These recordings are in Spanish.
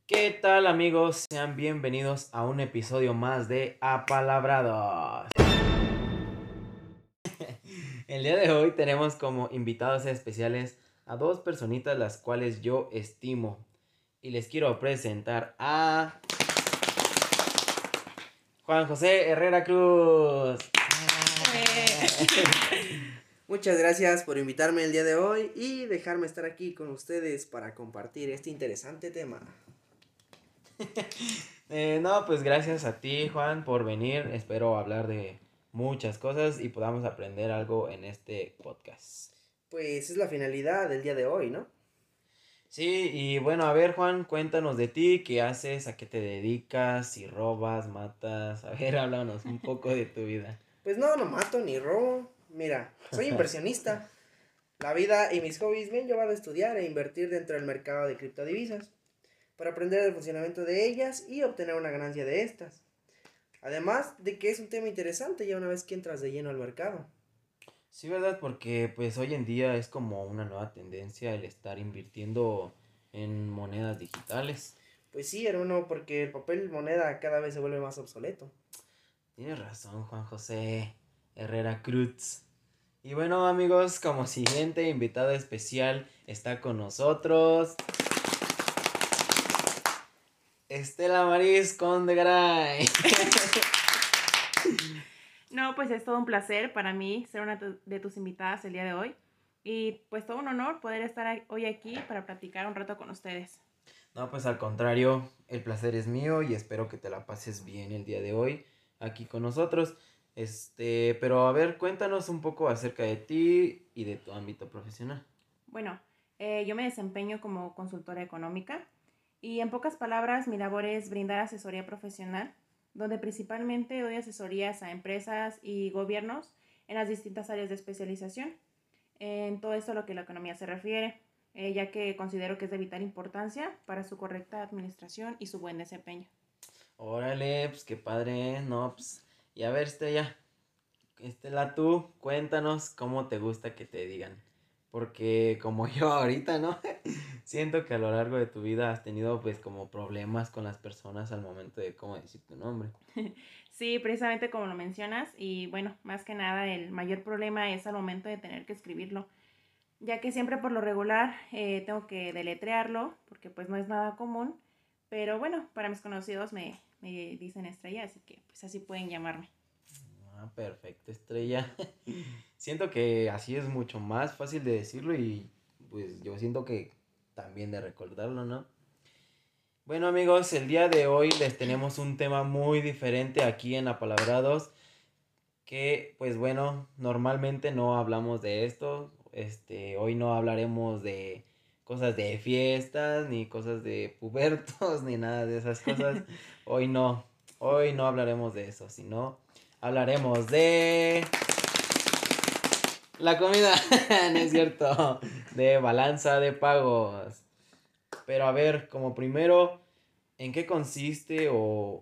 ¿Qué tal, amigos? Sean bienvenidos a un episodio más de Apalabrados. El día de hoy tenemos como invitados especiales a dos personitas las cuales yo estimo. Y les quiero presentar a Juan José Herrera Cruz. Muchas gracias por invitarme el día de hoy y dejarme estar aquí con ustedes para compartir este interesante tema. No, pues gracias a ti, Juan, por venir. Espero hablar de muchas cosas y podamos aprender algo en este podcast. Pues es la finalidad del día de hoy, ¿no? Sí, y bueno, a ver, Juan, cuéntanos de ti, qué haces, a qué te dedicas, si robas, matas, a ver, háblanos un poco de tu vida. Pues no mato ni robo. Mira, soy inversionista. La vida y mis hobbies me han llevado a estudiar e invertir dentro del mercado de criptodivisas para aprender el funcionamiento de ellas y obtener una ganancia de estas. Además de que es un tema interesante ya una vez que entras de lleno al mercado. Sí, ¿verdad? Porque pues hoy en día es como una nueva tendencia el estar invirtiendo en monedas digitales. Pues sí, hermano, porque el papel moneda cada vez se vuelve más obsoleto. Tienes razón, Juan José Herrera Cruz. Y bueno, amigos, como siguiente invitado especial está con nosotros Estela Maris Condegaray. No, pues es todo un placer para mí ser una de tus invitadas el día de hoy. Y pues todo un honor poder estar hoy aquí para platicar un rato con ustedes. No, pues al contrario, el placer es mío y espero que te la pases bien el día de hoy aquí con nosotros. Pero a ver, cuéntanos un poco acerca de ti y de tu ámbito profesional. Bueno, yo me desempeño como consultora económica y en pocas palabras mi labor es brindar asesoría profesional, donde principalmente doy asesorías a empresas y gobiernos en las distintas áreas de especialización, en todo esto a lo que la economía se refiere, ya que considero que es de vital importancia para su correcta administración y su buen desempeño. Órale, pues qué padre, no, pues. Y a ver, Estela, tú, cuéntanos cómo te gusta que te digan. Porque como yo ahorita, ¿no? Siento que a lo largo de tu vida has tenido pues como problemas con las personas al momento de cómo decir tu nombre. Sí, precisamente como lo mencionas, y bueno, más que nada el mayor problema es al momento de tener que escribirlo, ya que siempre por lo regular tengo que deletrearlo, porque pues no es nada común, pero bueno, para mis conocidos me dicen Estrella, así que pues así pueden llamarme. Ah, perfecto, Estrella. Siento que así es mucho más fácil de decirlo y pues yo siento que también de recordarlo, ¿no? Bueno, amigos, el día de hoy les tenemos un tema muy diferente aquí en Apalabrados, que pues bueno, normalmente no hablamos de esto. Hoy no hablaremos de cosas de fiestas, ni cosas de pubertos, ni nada de esas cosas. Hoy no, hoy no hablaremos de eso, sino hablaremos de la comida, no es cierto, de balanza de pagos. Pero a ver, como primero, ¿en qué consiste o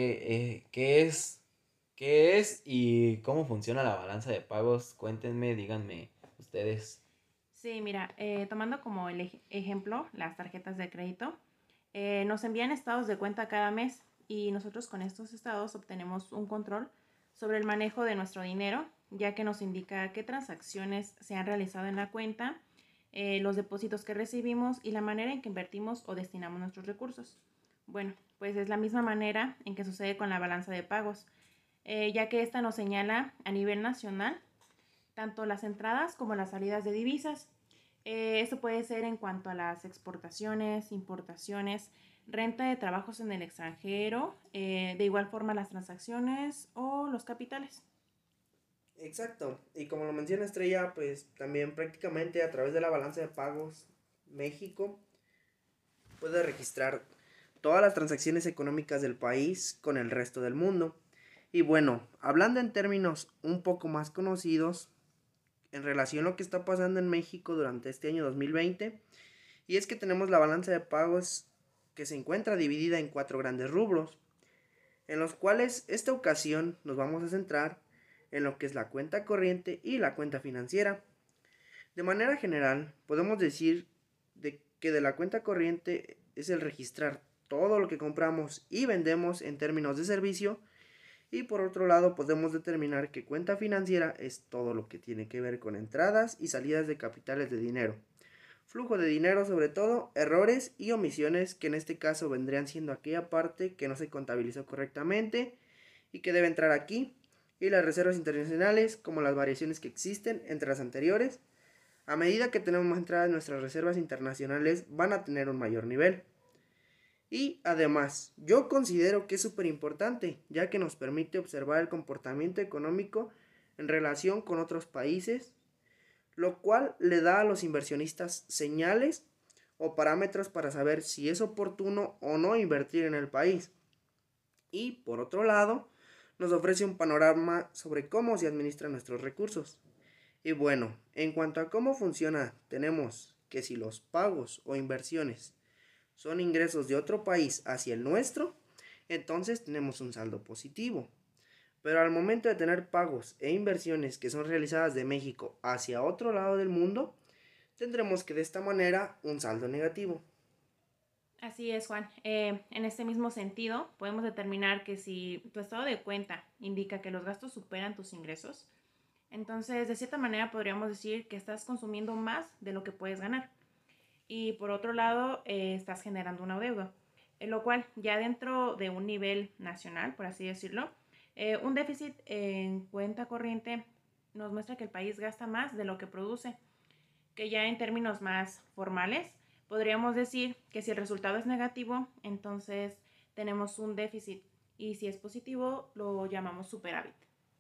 qué es y cómo funciona la balanza de pagos? Cuéntenme, díganme ustedes. Sí, mira, tomando como el ejemplo las tarjetas de crédito, nos envían estados de cuenta cada mes y nosotros con estos estados obtenemos un control sobre el manejo de nuestro dinero, ya que nos indica qué transacciones se han realizado en la cuenta, los depósitos que recibimos y la manera en que invertimos o destinamos nuestros recursos. Bueno, pues es la misma manera en que sucede con la balanza de pagos, ya que esta nos señala a nivel nacional tanto las entradas como las salidas de divisas. Esto puede ser en cuanto a las exportaciones, importaciones, renta de trabajos en el extranjero, de igual forma las transacciones o los capitales. Exacto, y como lo menciona Estrella, pues también prácticamente a través de la balanza de pagos, México puede registrar todas las transacciones económicas del país con el resto del mundo. Y bueno, hablando en términos un poco más conocidos, en relación a lo que está pasando en México durante este año 2020, y es que tenemos la balanza de pagos que se encuentra dividida en 4 grandes rubros, en los cuales esta ocasión nos vamos a centrar en lo que es la cuenta corriente y la cuenta financiera. De manera general, podemos decir que de la cuenta corriente es el registrar todo lo que compramos y vendemos en términos de servicio. Y por otro lado, podemos determinar que cuenta financiera es todo lo que tiene que ver con entradas y salidas de capitales de dinero, flujo de dinero sobre todo, errores y omisiones que en este caso vendrían siendo aquella parte que no se contabilizó correctamente y que debe entrar aquí, y las reservas internacionales como las variaciones que existen entre las anteriores. A medida que tenemos más entradas, nuestras reservas internacionales van a tener un mayor nivel. Y además, yo considero que es súper importante, ya que nos permite observar el comportamiento económico en relación con otros países, lo cual le da a los inversionistas señales o parámetros para saber si es oportuno o no invertir en el país. Y por otro lado, nos ofrece un panorama sobre cómo se administran nuestros recursos. Y bueno, en cuanto a cómo funciona, tenemos que si los pagos o inversiones son ingresos de otro país hacia el nuestro, entonces tenemos un saldo positivo. Pero al momento de tener pagos e inversiones que son realizadas de México hacia otro lado del mundo, tendremos que de esta manera un saldo negativo. Así es, Juan. En este mismo sentido, podemos determinar que si tu estado de cuenta indica que los gastos superan tus ingresos, entonces de cierta manera podríamos decir que estás consumiendo más de lo que puedes ganar. Y por otro lado, estás generando una deuda, lo cual ya dentro de un nivel nacional, por así decirlo, un déficit en cuenta corriente nos muestra que el país gasta más de lo que produce, que ya en términos más formales podríamos decir que si el resultado es negativo, entonces tenemos un déficit, y si es positivo lo llamamos superávit.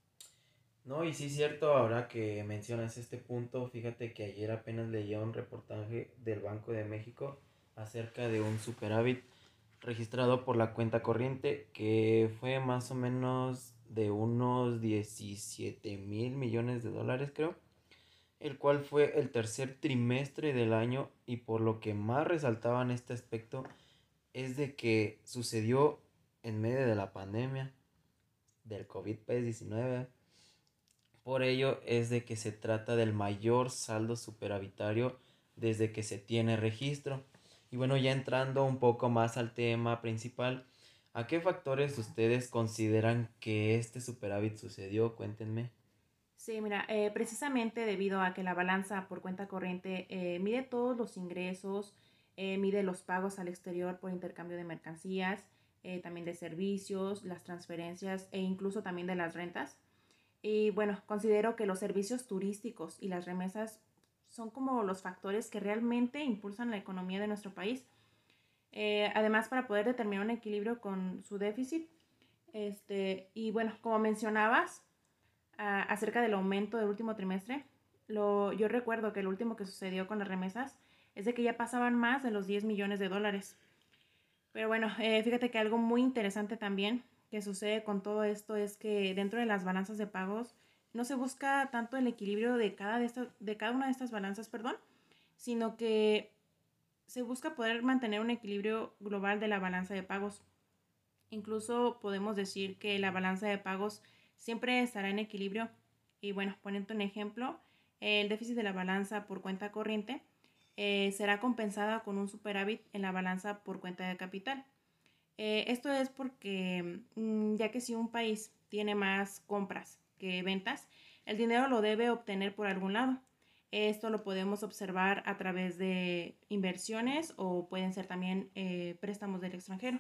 No, y sí es cierto, ahora que mencionas este punto, fíjate que ayer apenas leía un reportaje del Banco de México acerca de un superávit registrado por la cuenta corriente que fue más o menos de unos 17,000 millones de dólares, creo, el cual fue el tercer trimestre del año, y por lo que más resaltaba en este aspecto es de que sucedió en medio de la pandemia del COVID-19. Por ello es de que se trata del mayor saldo superavitario desde que se tiene registro. Y bueno, ya entrando un poco más al tema principal, ¿a qué factores ustedes consideran que este superávit sucedió? Cuéntenme. Sí, mira, precisamente debido a que la balanza por cuenta corriente mide todos los ingresos, mide los pagos al exterior por intercambio de mercancías, también de servicios, las transferencias e incluso también de las rentas. Y bueno, considero que los servicios turísticos y las remesas son como los factores que realmente impulsan la economía de nuestro país. Además, para poder determinar un equilibrio con su déficit, y bueno, como mencionabas, acerca del aumento del último trimestre, yo recuerdo que lo último que sucedió con las remesas es de que ya pasaban más de los 10 millones de dólares. Pero bueno, fíjate que algo muy interesante también que sucede con todo esto es que dentro de las balanzas de pagos no se busca tanto el equilibrio de cada una de estas balanzas, perdón, sino que se busca poder mantener un equilibrio global de la balanza de pagos. Incluso podemos decir que la balanza de pagos siempre estará en equilibrio. Y bueno, poniendo un ejemplo, el déficit de la balanza por cuenta corriente será compensada con un superávit en la balanza por cuenta de capital. Esto es porque ya que si un país tiene más compras que ventas, el dinero lo debe obtener por algún lado. Esto lo podemos observar a través de inversiones o pueden ser también préstamos del extranjero.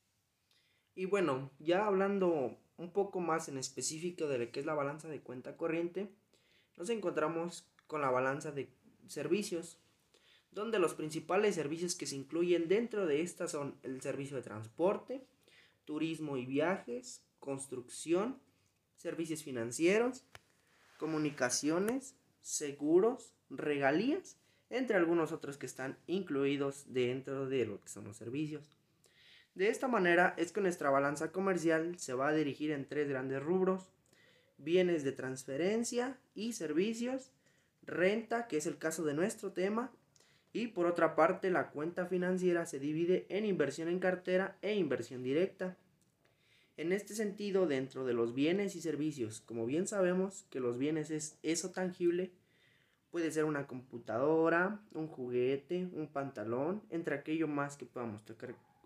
Y bueno, ya hablando un poco más en específico de lo que es la balanza de cuenta corriente, nos encontramos con la balanza de servicios, donde los principales servicios que se incluyen dentro de esta son el servicio de transporte, turismo y viajes, construcción, servicios financieros, comunicaciones, seguros, regalías, entre algunos otros que están incluidos dentro de lo que son los servicios. De esta manera es que nuestra balanza comercial se va a dirigir en tres grandes rubros: bienes de transferencia y servicios, renta, que es el caso de nuestro tema, y por otra parte la cuenta financiera se divide en inversión en cartera e inversión directa. En este sentido, dentro de los bienes y servicios, como bien sabemos que los bienes es eso tangible, puede ser una computadora, un juguete, un pantalón, entre aquello más que podamos tocar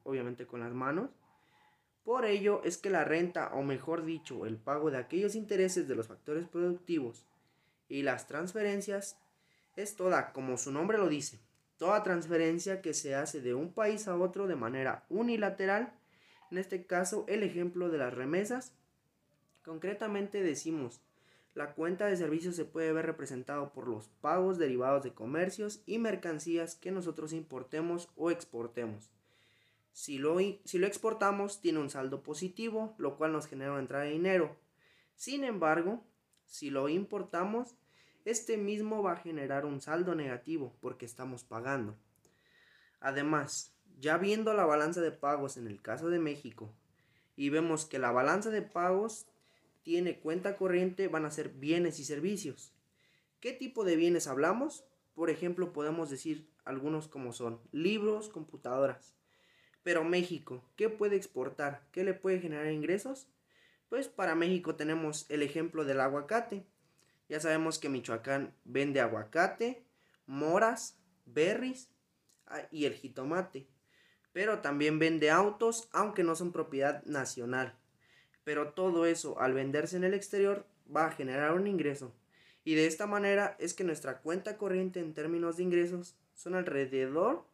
obviamente con las manos. Por ello es que la renta, o mejor dicho, el pago de aquellos intereses de los factores productivos y las transferencias es toda, como su nombre lo dice, toda transferencia que se hace de un país a otro de manera unilateral. En este caso, el ejemplo de las remesas. Concretamente decimos, la cuenta de servicios se puede ver representado por los pagos derivados de comercios y mercancías que nosotros importemos o exportemos. Si lo exportamos, tiene un saldo positivo, lo cual nos genera una entrada de dinero. Sin embargo, si lo importamos, este mismo va a generar un saldo negativo porque estamos pagando. Además, ya viendo la balanza de pagos en el caso de México, y vemos que la balanza de pagos tiene cuenta corriente, van a ser bienes y servicios. ¿Qué tipo de bienes hablamos? Por ejemplo, podemos decir algunos como son libros, computadoras. Pero México, ¿qué puede exportar? ¿Qué le puede generar ingresos? Pues para México tenemos el ejemplo del aguacate. Ya sabemos que Michoacán vende aguacate, moras, berries y el jitomate. Pero también vende autos, aunque no son propiedad nacional. Pero todo eso, al venderse en el exterior, va a generar un ingreso. Y de esta manera es que nuestra cuenta corriente en términos de ingresos son alrededor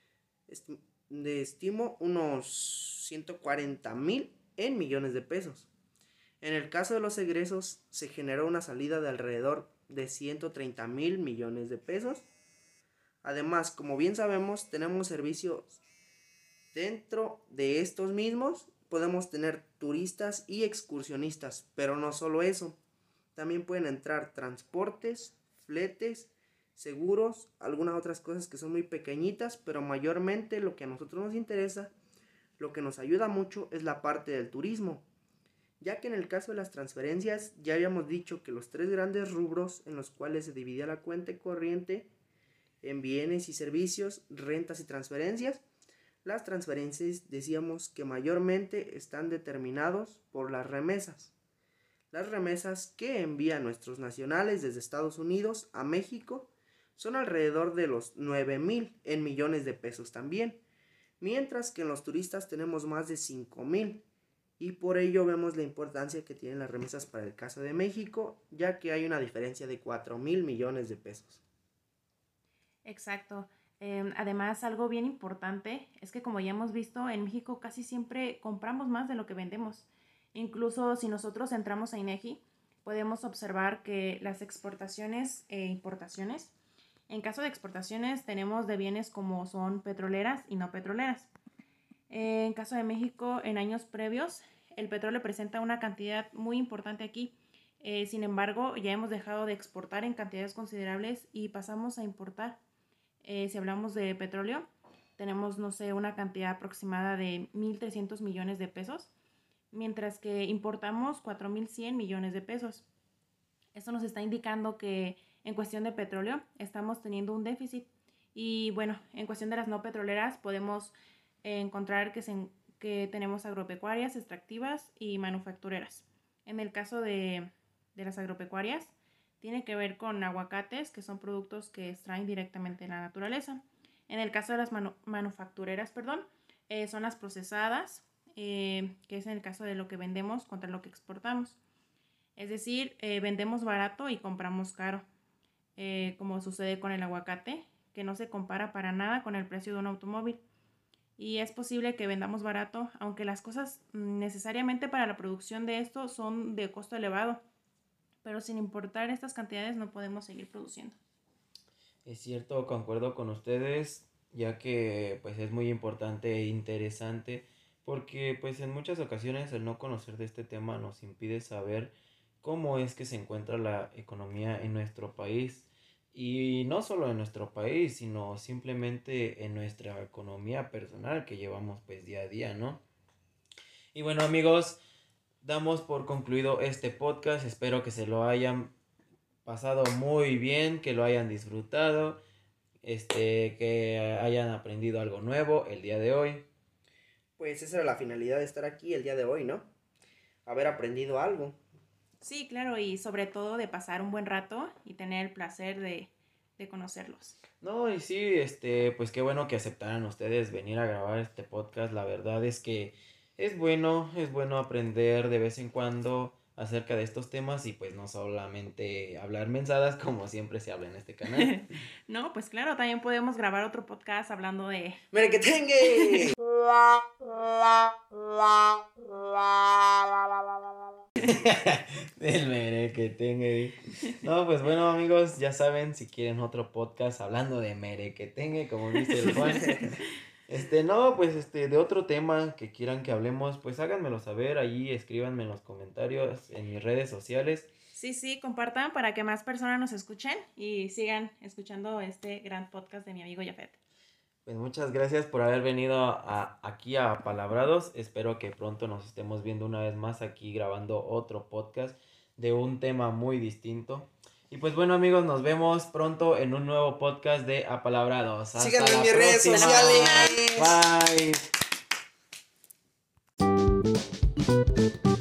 estimo unos 140,000 en millones de pesos. En el caso de los egresos se generó una salida de alrededor de 130,000 millones de pesos. Además, como bien sabemos, tenemos servicios dentro de estos mismos. Podemos tener turistas y excursionistas, pero no solo eso. También pueden entrar transportes, fletes, seguros, algunas otras cosas que son muy pequeñitas, pero mayormente lo que a nosotros nos interesa, lo que nos ayuda mucho es la parte del turismo, ya que en el caso de las transferencias ya habíamos dicho que los tres grandes rubros en los cuales se dividía la cuenta corriente en bienes y servicios, rentas y transferencias. Las transferencias decíamos que mayormente están determinados por las remesas. Las remesas que envían nuestros nacionales desde Estados Unidos a México son alrededor de los 9,000 en millones de pesos también, mientras que en los turistas tenemos más de 5,000, y por ello vemos la importancia que tienen las remesas para el caso de México, ya que hay una diferencia de 4,000 millones de pesos. Exacto. Además, algo bien importante es que, como ya hemos visto, en México casi siempre compramos más de lo que vendemos. Incluso si nosotros entramos a INEGI, podemos observar que las exportaciones e importaciones, en caso de exportaciones tenemos de bienes como son petroleras y no petroleras. En caso de México, en años previos, el petróleo presenta una cantidad muy importante aquí. Sin embargo, ya hemos dejado de exportar en cantidades considerables y pasamos a importar. Si hablamos de petróleo, tenemos, no sé, una cantidad aproximada de 1,300 millones de pesos, mientras que importamos 4,100 millones de pesos. Esto nos está indicando que en cuestión de petróleo estamos teniendo un déficit. Y bueno, en cuestión de las no petroleras podemos encontrar que tenemos agropecuarias, extractivas y manufactureras. En el caso de las agropecuarias, tiene que ver con aguacates, que son productos que extraen directamente de la naturaleza. En el caso de las manufactureras, son las procesadas, que es en el caso de lo que vendemos contra lo que exportamos. Es decir, vendemos barato y compramos caro, como sucede con el aguacate, que no se compara para nada con el precio de un automóvil. Y es posible que vendamos barato, aunque las cosas necesariamente para la producción de esto son de costo elevado. Pero sin importar estas cantidades no podemos seguir produciendo. Es cierto, concuerdo con ustedes, ya que pues es muy importante e interesante, porque pues en muchas ocasiones el no conocer de este tema nos impide saber cómo es que se encuentra la economía en nuestro país. Y no solo en nuestro país, sino simplemente en nuestra economía personal que llevamos pues día a día, ¿no? Y bueno, amigos, damos por concluido este podcast. Espero que se lo hayan pasado muy bien, que lo hayan disfrutado, que hayan aprendido algo nuevo el día de hoy. Pues esa era la finalidad de estar aquí el día de hoy, ¿no? Haber aprendido algo. Sí, claro, y sobre todo de pasar un buen rato y tener el placer de conocerlos. No, y sí, pues qué bueno que aceptaran ustedes venir a grabar este podcast. La verdad es que es bueno aprender de vez en cuando acerca de estos temas y pues no solamente hablar mensadas como siempre se habla en este canal. No, pues claro, también podemos grabar otro podcast hablando de... ¡Merequetengue! Del merequetengue. No, pues bueno, amigos, ya saben, si quieren otro podcast hablando de merequetengue, como dice el Juan. No, pues de otro tema que quieran que hablemos, pues háganmelo saber ahí, escríbanme en los comentarios en mis redes sociales. Sí, compartan para que más personas nos escuchen y sigan escuchando este gran podcast de mi amigo Jafet. Pues muchas gracias por haber venido aquí a Palabrados. Espero que pronto nos estemos viendo una vez más aquí grabando otro podcast de un tema muy distinto. Y pues bueno, amigos, nos vemos pronto en un nuevo podcast de Apalabrados. Hasta Síganme en la mis redes próxima. sociales. Bye.